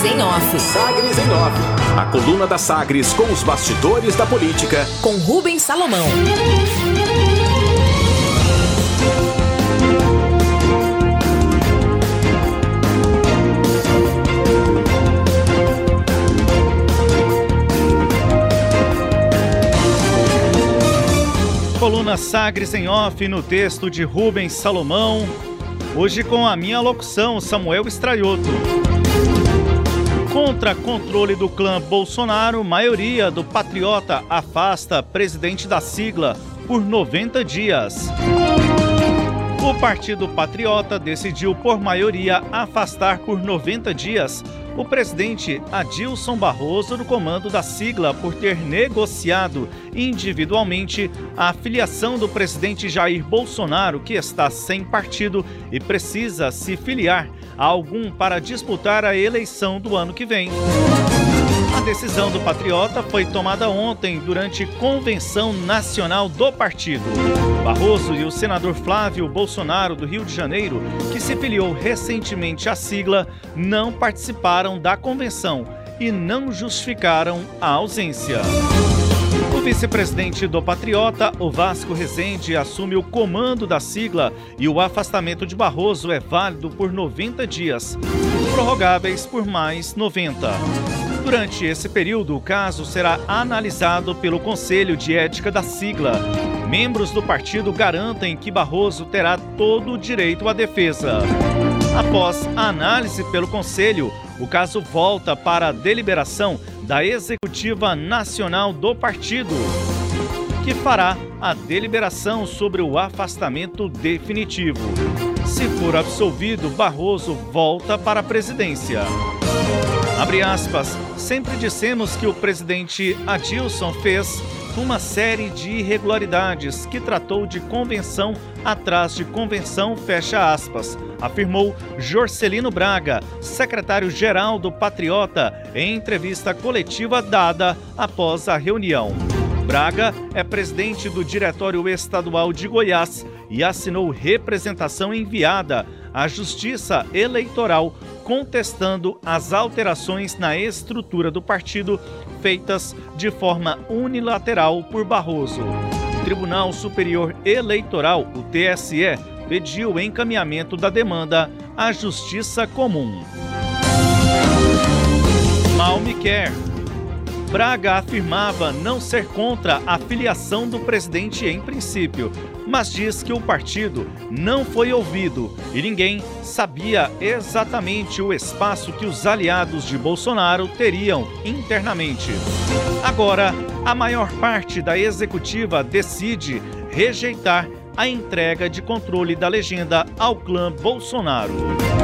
Sagres em Off. Sagres em Off. A coluna da Sagres com os bastidores da política. Com Rubens Salomão. Coluna Sagres em Off no texto de Rubens Salomão. Hoje com a minha locução, Samuel Estraioto. Contra controle do clã Bolsonaro, maioria do Patriota afasta presidente da sigla por 90 dias. O Partido Patriota decidiu por maioria afastar por 90 dias o presidente Adilson Barroso do comando da sigla por ter negociado individualmente a filiação do presidente Jair Bolsonaro, que está sem partido e precisa se filiar a algum para disputar a eleição do ano que vem. A decisão do Patriota foi tomada ontem durante convenção nacional do partido. Barroso e o senador Flávio Bolsonaro, do Rio de Janeiro, que se filiou recentemente à sigla, não participaram da convenção e não justificaram a ausência. O vice-presidente do Patriota, o Vasco Rezende, assume o comando da sigla e o afastamento de Barroso é válido por 90 dias, prorrogáveis por mais 90. Durante esse período, o caso será analisado pelo Conselho de Ética da sigla. Membros do partido garantem que Barroso terá todo o direito à defesa. Após a análise pelo Conselho, o caso volta para a deliberação da Executiva Nacional do partido, que fará a deliberação sobre o afastamento definitivo. Se for absolvido, Barroso volta para a presidência. Abre aspas, sempre dissemos que o presidente Adilson fez uma série de irregularidades que tratou de convenção atrás de convenção, fecha aspas, afirmou Jorcelino Braga, secretário-geral do Patriota, em entrevista coletiva dada após a reunião. Braga é presidente do Diretório Estadual de Goiás e assinou representação enviada à Justiça Eleitoral contestando as alterações na estrutura do partido feitas de forma unilateral por Barroso. O Tribunal Superior Eleitoral, o TSE, pediu o encaminhamento da demanda à Justiça Comum. Mal me quer. Braga afirmava não ser contra a filiação do presidente em princípio, mas diz que o partido não foi ouvido e ninguém sabia exatamente o espaço que os aliados de Bolsonaro teriam internamente. Agora, a maior parte da executiva decide rejeitar a entrega de controle da legenda ao clã Bolsonaro.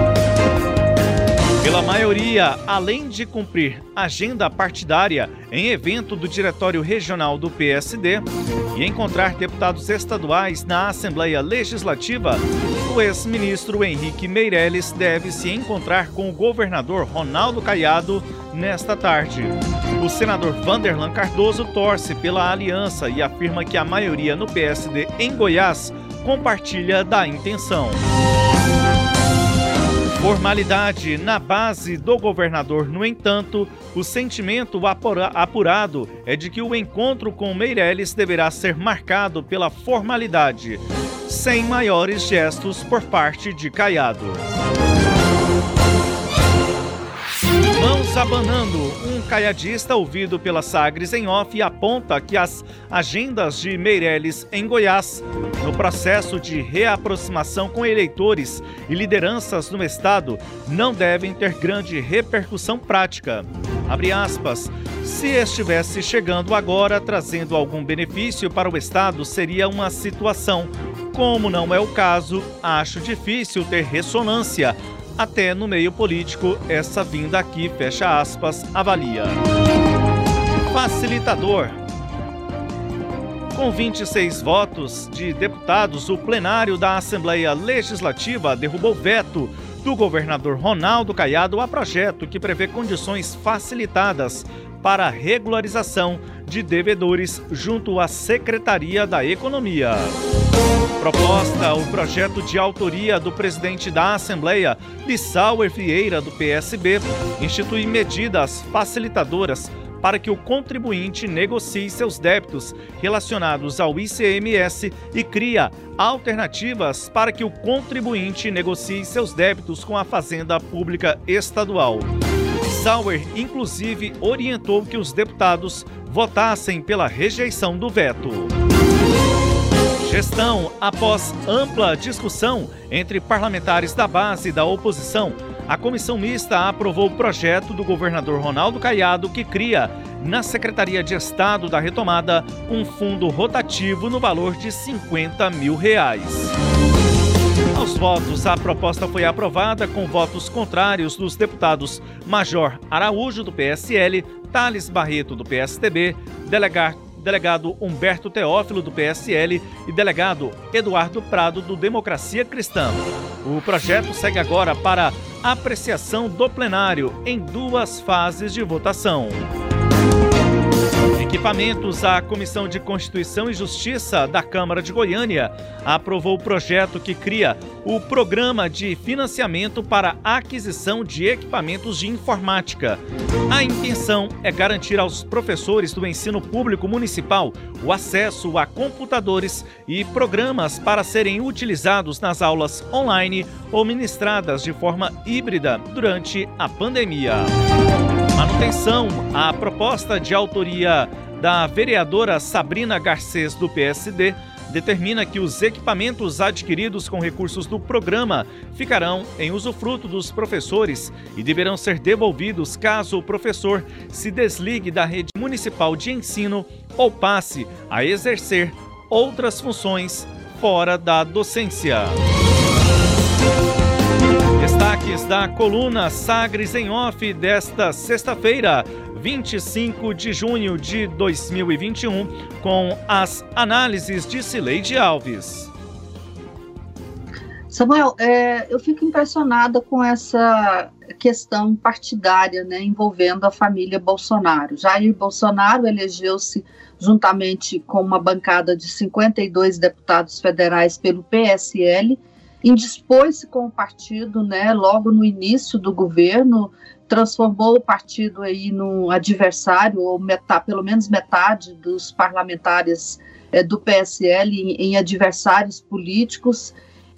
Pela maioria, além de cumprir agenda partidária em evento do Diretório Regional do PSD e encontrar deputados estaduais na Assembleia Legislativa, o ex-ministro Henrique Meirelles deve se encontrar com o governador Ronaldo Caiado nesta tarde. O senador Vanderlan Cardoso torce pela aliança e afirma que a maioria no PSD em Goiás compartilha da intenção. Formalidade na base do governador, no entanto, o sentimento apurado é de que o encontro com Meirelles deverá ser marcado pela formalidade, sem maiores gestos por parte de Caiado. Mãos abanando, um caiadista ouvido pela Sagres em Off aponta que as agendas de Meirelles em Goiás, no processo de reaproximação com eleitores e lideranças no estado, não devem ter grande repercussão prática. Abre aspas, se estivesse chegando agora trazendo algum benefício para o estado, seria uma situação. Como não é o caso, acho difícil ter ressonância. Até no meio político, essa vinda aqui, fecha aspas, avalia. Facilitador. Com 26 votos de deputados, o plenário da Assembleia Legislativa derrubou veto do do governador Ronaldo Caiado a projeto que prevê condições facilitadas para a regularização de devedores junto à Secretaria da Economia. Proposta, o projeto de autoria do presidente da Assembleia, Lissauer Vieira, do PSB, institui medidas facilitadoras para que o contribuinte negocie seus débitos relacionados ao ICMS e cria alternativas para que o contribuinte negocie seus débitos com a Fazenda Pública Estadual. Sauer, inclusive, orientou que os deputados votassem pela rejeição do veto. Gestão. Após ampla discussão entre parlamentares da base e da oposição, a comissão mista aprovou o projeto do governador Ronaldo Caiado que cria, na Secretaria de Estado da Retomada, um fundo rotativo no valor de R$50 mil. Aos votos, a proposta foi aprovada com votos contrários dos deputados Major Araújo, do PSL, Thales Barreto, do PSDB, delegado Humberto Teófilo, do PSL, e delegado Eduardo Prado, do Democracia Cristã. O projeto segue agora para apreciação do plenário em 2 fases de votação. Equipamentos. A Comissão de Constituição e Justiça da Câmara de Goiânia aprovou o projeto que cria o Programa de Financiamento para a Aquisição de Equipamentos de Informática. A intenção é garantir aos professores do ensino público municipal o acesso a computadores e programas para serem utilizados nas aulas online ou ministradas de forma híbrida durante a pandemia. Manutenção. A proposta de autoria da vereadora Sabrina Garcês, do PSD, determina que os equipamentos adquiridos com recursos do programa ficarão em usufruto dos professores e deverão ser devolvidos caso o professor se desligue da rede municipal de ensino ou passe a exercer outras funções fora da docência. Destaques da coluna Sagres em Off desta sexta-feira, 25 de junho de 2021, com as análises de Cileide Alves. Samuel, eu fico impressionada com essa questão partidária, né, envolvendo a família Bolsonaro. Jair Bolsonaro elegeu-se juntamente com uma bancada de 52 deputados federais pelo PSL, indispôs-se com o partido, né, logo no início do governo, transformou o partido aí num adversário, ou pelo menos metade dos parlamentares do PSL em adversários políticos,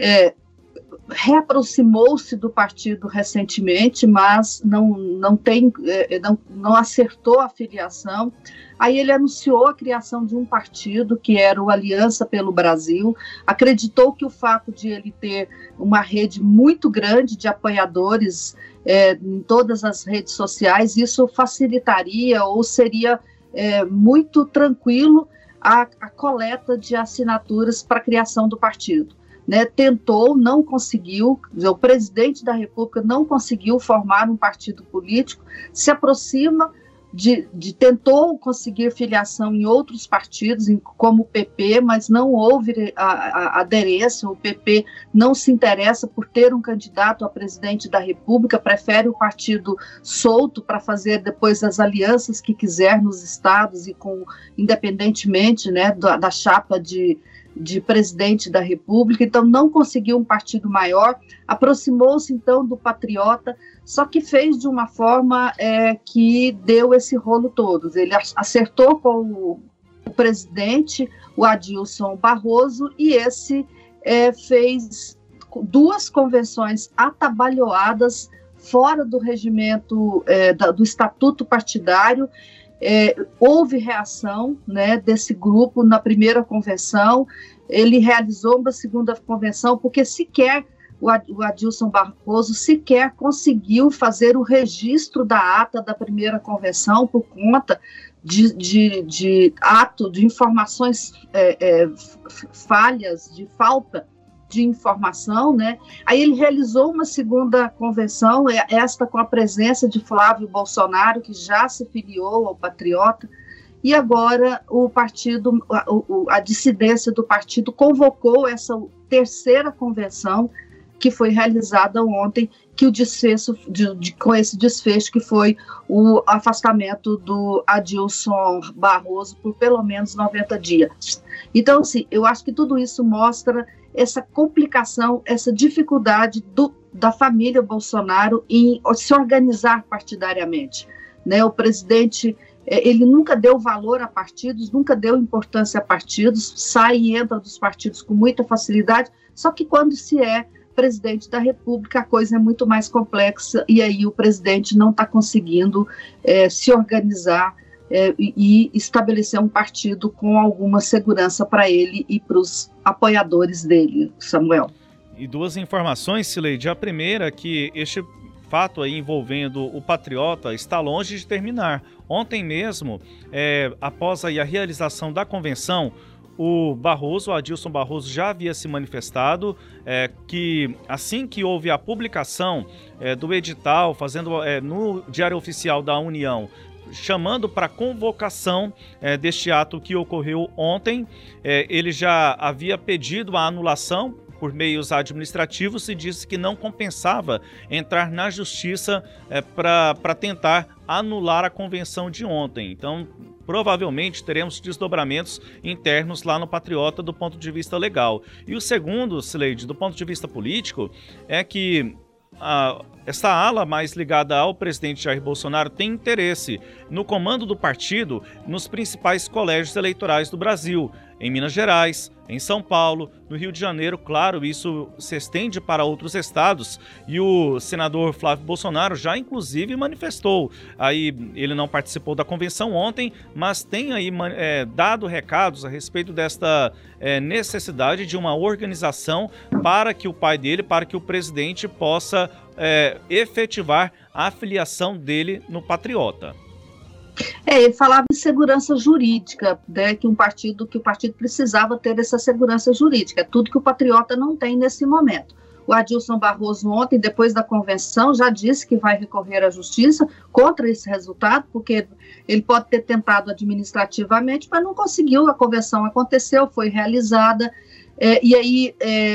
reaproximou-se do partido recentemente, mas não acertou a filiação. Aí ele anunciou a criação de um partido, que era o Aliança pelo Brasil, acreditou que o fato de ele ter uma rede muito grande de apoiadores em todas as redes sociais, isso facilitaria ou seria muito tranquilo a coleta de assinaturas para a criação do partido. Né, tentou, não conseguiu, o presidente da República não conseguiu formar um partido político, se aproxima tentou conseguir filiação em outros partidos, como o PP, mas não houve a aderência. O PP não se interessa por ter um candidato a presidente da República, prefere o partido solto para fazer depois as alianças que quiser nos estados e independentemente, né, da chapa de presidente da República. Então não conseguiu um partido maior, aproximou-se então do Patriota, só que fez de uma forma que deu esse rolo todo. Ele acertou com o presidente, o Adilson Barroso, e esse fez 2 convenções atabalhoadas fora do regimento do estatuto partidário. Houve reação, né, desse grupo na primeira convenção. Ele realizou uma segunda convenção porque sequer o Adilson Barroso sequer conseguiu fazer o registro da ata da primeira convenção por conta de informações falhas, de falta de informação, né? Aí ele realizou uma segunda convenção, esta com a presença de Flávio Bolsonaro, que já se filiou ao Patriota, e agora o partido, a dissidência do partido convocou essa terceira convenção que foi realizada ontem, que o desfecho, com esse desfecho, que foi o afastamento do Adilson Barroso por pelo menos 90 dias. Então, assim, eu acho que tudo isso mostra essa complicação, essa dificuldade da família Bolsonaro em se organizar partidariamente, né? O presidente, ele nunca deu valor a partidos, nunca deu importância a partidos, sai e entra dos partidos com muita facilidade, só que quando se é presidente da República, a coisa é muito mais complexa, e aí o presidente não está conseguindo se organizar e estabelecer um partido com alguma segurança para ele e para os apoiadores dele, Samuel. E duas informações, Cileide. A primeira é que este fato aí envolvendo o Patriota está longe de terminar. Ontem mesmo, após aí a realização da convenção, o Adilson Barroso já havia se manifestado que assim que houve a publicação do edital, fazendo no Diário Oficial da União, chamando para convocação deste ato que ocorreu ontem, ele já havia pedido a anulação por meios administrativos e disse que não compensava entrar na justiça para tentar anular a convenção de ontem. Então, provavelmente teremos desdobramentos internos lá no Patriota do ponto de vista legal. E o segundo, Cileide, do ponto de vista político, é que esta ala mais ligada ao presidente Jair Bolsonaro tem interesse no comando do partido nos principais colégios eleitorais do Brasil, em Minas Gerais, em São Paulo, no Rio de Janeiro. Claro, isso se estende para outros estados, e o senador Flávio Bolsonaro já inclusive manifestou. Aí ele não participou da convenção ontem, mas tem aí dado recados a respeito desta necessidade de uma organização para que o pai dele, para que o presidente possa efetivar a filiação dele no Patriota. Ele falava em segurança jurídica, né, que o partido precisava ter essa segurança jurídica, tudo que o Patriota não tem nesse momento. O Adilson Barroso ontem, depois da convenção, já disse que vai recorrer à justiça contra esse resultado, porque ele pode ter tentado administrativamente, mas não conseguiu, a convenção aconteceu, foi realizada. E aí,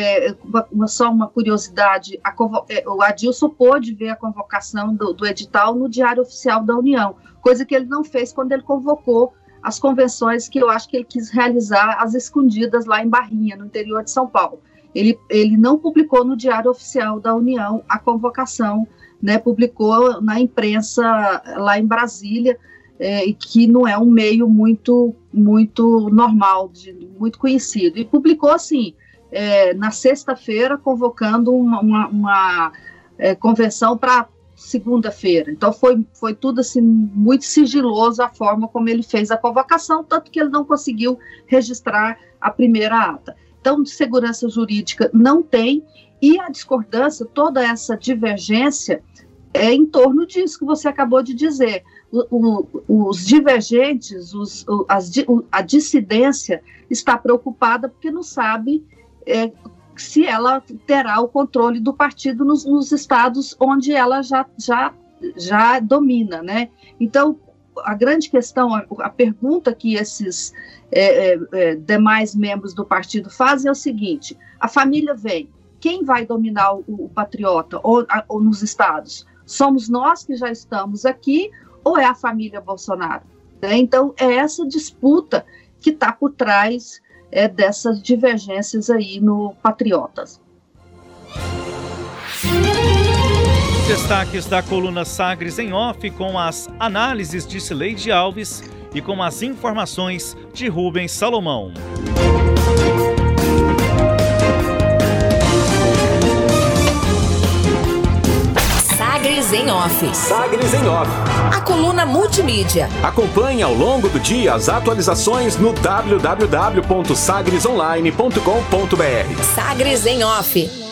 só uma curiosidade, o Adilson pôde ver a convocação do edital no Diário Oficial da União, coisa que ele não fez quando ele convocou as convenções que eu acho que ele quis realizar às escondidas lá em Barrinha, no interior de São Paulo. Ele não publicou no Diário Oficial da União a convocação, né, publicou na imprensa lá em Brasília, que não é um meio muito normal, muito conhecido. E publicou assim, na sexta-feira, convocando uma convenção para segunda-feira. Então foi tudo assim muito sigiloso a forma como ele fez a convocação, tanto que ele não conseguiu registrar a primeira ata. Então, de segurança jurídica não tem, e a discordância, toda essa divergência é em torno disso que você acabou de dizer. Os divergentes, a dissidência está preocupada porque não sabe se ela terá o controle do partido nos estados onde ela já domina, né? Então, a grande questão, a pergunta que esses demais membros do partido fazem é o seguinte: a família vem, quem vai dominar o Patriota ou nos estados? Somos nós que já estamos aqui ou é a família Bolsonaro? Então, é essa disputa que está por trás dessas divergências aí no Patriotas. Destaques da coluna Sagres em Off, com as análises de Cileide Alves e com as informações de Rubens Salomão. Sagres em Off. Sagres em Off. A coluna multimídia. Acompanhe ao longo do dia as atualizações no www.sagresonline.com.br. Sagres em Off.